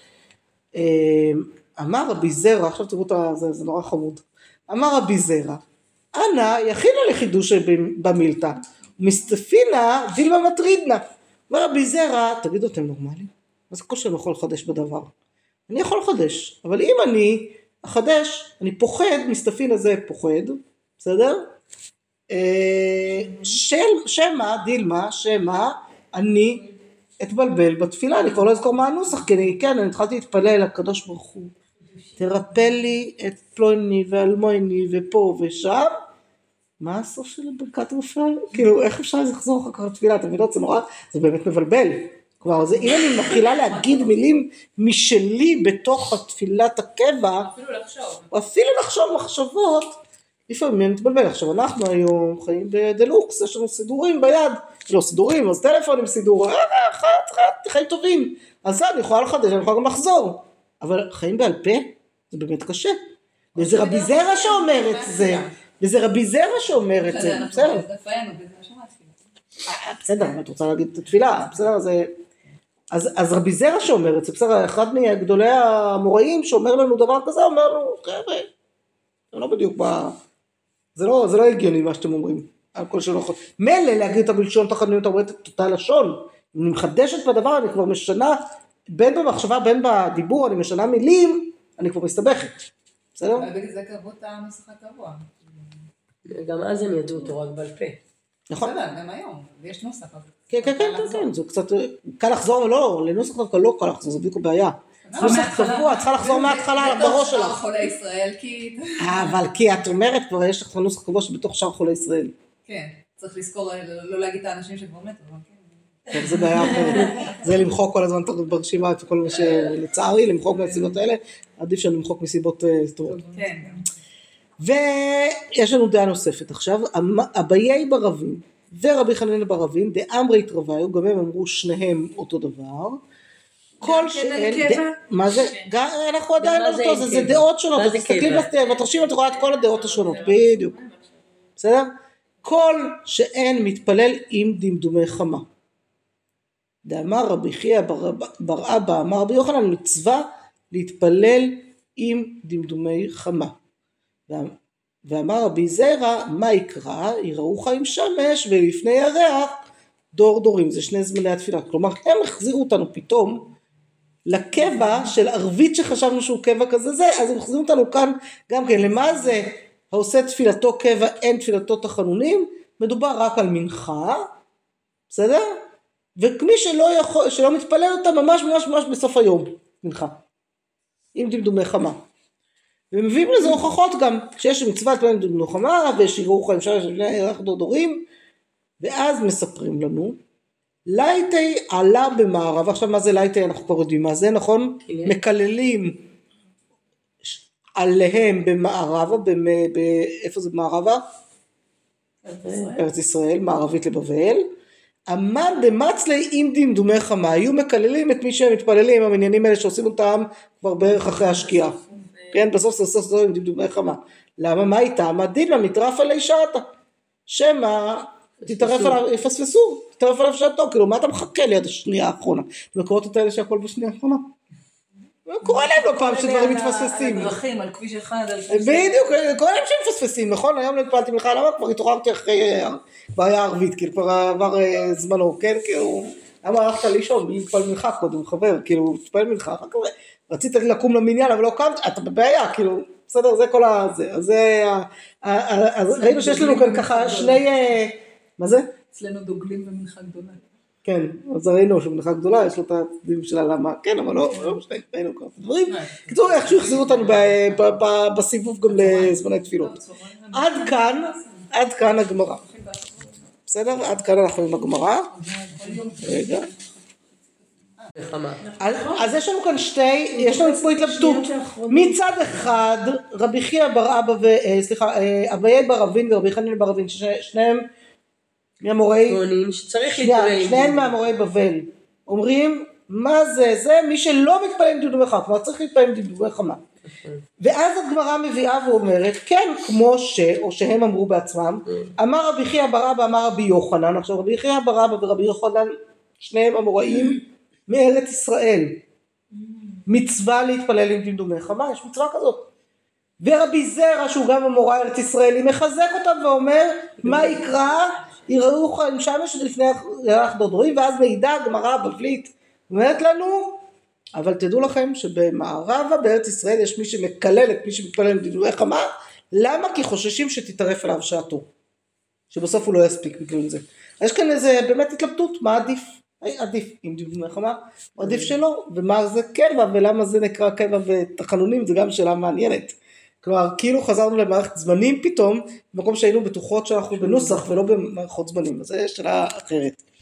אמר רבי זרע, עכשיו תראו זה נורא חמוד, אמר רבי זרע, אנא יכינה לחידוש במילתא, ומסתפינה דילמה מטרידנה. אומר רבי זרע, תגידו אתם נורמלים? אז כל שאני יכול לחדש בדבר. אני יכול לחדש, אבל אם אני אחדש, אני פוחד, מסתפינה זה פוחד, בסדר? שמה, דילמה, שמה, אני אתבלבל בתפילה, אני כבר לא אזכור מה הנוסח, כי אני התחלתי להתפלל לקדוש ברוך הוא, תרפא לי את פלוני ואלמוני ופה ושם, מה הסוף של ברכת רופא? כאילו, איך אפשר לחזור אחר כך לתפילה? אתם יודעות, זה נורא, זה באמת מבלבל. כלומר, אם אני מתחילה להגיד מילים משלי בתוך התפילת הקבע, או אפילו לחשוב מחשבות, לפעמים אני מתבלבל. עכשיו, אנחנו היום חיים בדלוקס, יש לנו סידורים ביד, לא סידורים, אז טלפונים סידור, חיים טובים, אז אני יכולה לחדש, אני יכולה גם לחזור, אבל חיים בעל פה, זה באמת קשה. וזה רבי זרע שאומר את זה, וזה רבי זרע שאומר את זה, בסדר. בסדר, אבל את רוצה להגיד את התפילה, בסדר, אז רבי זרע שאומר את זה, בסדר, אחד מגדולי המוראים שאומר לנו דבר כזה, אומר לנו, חבר'ה, זה לא בדיוק זה לא הגיוני מה שאתם אומרים, על כל שלא יכול. מילא להגיד את הבלשון תחנונים, אתה רואה את אותה לשון, אם אני מחדשת בדבר, אני כבר משנה, בין במחשבה, בין בדיבור, אני משנה מילים, אני כבר מסתבכת, בסדר? ובגלל זה קבעו את הנוסח הקבוע. גם אז הם ידעו אותו רק בעל פה. נכון? בסדר, גם היום, ויש נוסח. כן, זה קצת, קל לחזור או לא, לנוסח דווקא לא קל לחזור, זה בדיוק הבעיה. נוסח קבוע, צריכה לחזור מההתחלה בראש שלך. בתוך שאר חולי ישראל, כי... אבל כי את אומרת, כבר יש לך נוסח קבוע שבתוך שאר חולי ישראל. כן, צריך לזכור, לא להגיד את האנשים שכבר מתו. טוב, זה בעיה אחרת. זה למחוק כל הזמן ברשימה את כל מה שלצערי, למחוק מהסיבות האלה, עדיף שאני למחוק מסיבות היסטוריות. כן. ויש לנו דעה נוספת עכשיו, אביי ברבים ורבי חנינא ברבים, דאמרי התרוויו, גם הם אמרו שניהם אותו דבר, כל שאין, מה זה? אנחנו עדיין לא אותו, זה דעות שונות, אז תסתכלי בתרשים, את רואה את כל הדעות השונות, בדיוק, בסדר? כל שאין מתפלל עם דמדומי חמה. דאמר רבי חייא בר אבא, אמר רבי יוחנן, מצווה להתפלל עם דמדומי חמה. ואמר רבי זרע, מה יקרא? יראו חיים שמש ולפני ירח דור דורים. זה שני זמני התפילה. כלומר, הם החזירו אותנו פתאום לקבע של ערבית שחשבנו שהוא קבע כזה זה, אז הם החזירו אותנו כאן גם כן. למה זה העושה תפילתו קבע, אין תפילתו תחנונים? מדובר רק על מנחה, בסדר? וכמי שלא מתפלל אותה ממש בסוף היום, מנחה. עם דמדומי חמה. ומביאים לזה הוכחות גם, שיש מצוות פעמים דמדומי חמה, ושיראו חיים שמש ולפני ירח דור דורים, ואז מספרים לנו, לייטי עלה במערב, עכשיו מה זה לייטי, אנחנו כבר יודעים מה זה, נכון? מקללים עליהם במערבה, איפה זה מערבה? ארץ ישראל, מערבית לבבל, עמד דמצלי עם דמדומי חמה, היו מקללים את מי שהם מתפללים, המניינים האלה שעושים אותם כבר בערך אחרי השקיעה, כן, בסוף סוף עם דמדומי חמה, למה, מה איתם? הדין מטרף עלי שעתה, שמה תתערף עליו, יפספסו, תתערף עליו שעתו, כאילו מה אתה מחכה ליד השנייה האחרונה, אתם מקורות את האלה שהכל בשנייה האחרונה, קורא להם לא פעם שדברים מתפספסים, דרכים על כביש אחד, בדיוק, קורא להם שהם מתפספסים, נכון, היום לא התפלתי ממך, למה כבר התעוררתי אחרי בעיה ערבית, כאילו כבר עבר זמנו, כן, כאילו, למה הלכת לישון, בלי להתפלל ממך קודם, חבר, כאילו, תתפלל ממך, אחר כך רצית לקום למניין, אבל לא קמת, אתה בבעיה, כאילו, בסדר, זה כל הזה, אז ראינו שיש לנו כאן ככה שני, מה זה? אצלנו דוגלים במנחה גדולה. כן, אז ראינו שמנחה גדולה, יש לו את הדברים שלה למה, כן, אבל לא משנה, ראינו כמה דברים. כתוב, איכשהו יחזירו אותנו בסיבוב גם לזמני תפילות. עד כאן הגמרא. בסדר? עד כאן אנחנו עם הגמרא. רגע. אז יש לנו כאן יש לנו פה התלבטות. מצד אחד, רבי חייא בר אבא אביי ברבין ורבי חנינא ברבין, שניהם מהמורי, שניהם מהמורי בבל, אומרים, מה זה? זה מי שלא מתפלל עם דמדומי חמה, כלומר צריך להתפלל עם דמדומי חמה. ואז הגמרא מביאה ואומרת, כן, כמו או שהם אמרו בעצמם, אמר רבי חייא בר אבא, אמר רבי יוחנן, עכשיו רבי חייא בר אבא ורבי יוחנן, שניהם אמוראים מארץ ישראל, מצווה להתפלל עם דמדומי חמה, יש מצווה כזאת. ורבי זרע שהוא גם אמורא ארץ ישראלי מחזק אותם ואומר מה יקרא יראוך עם שמש לפני ירח דורדורים, ואז מעידה הגמרא הבבלית אומרת לנו אבל תדעו לכם שבמערבה בארץ ישראל יש מי שמקלל את מי שמתפלל עם דמדומי חמה. למה? כי חוששים שתתערף עליו שעתו, שבסוף הוא לא יספיק בגלל זה. יש כאן איזה באמת התלבטות מה עדיף, עדיף עם דמדומי חמה או עדיף שלא, ומה זה קבע ולמה זה נקרא קבע ותחנונים, זה גם שאלה מעניינת. כלומר, כאילו חזרנו למערכת זמנים פתאום, במקום שהיינו בטוחות שאנחנו בנוסח ולא במערכות זמנים, אז זו שאלה אחרת.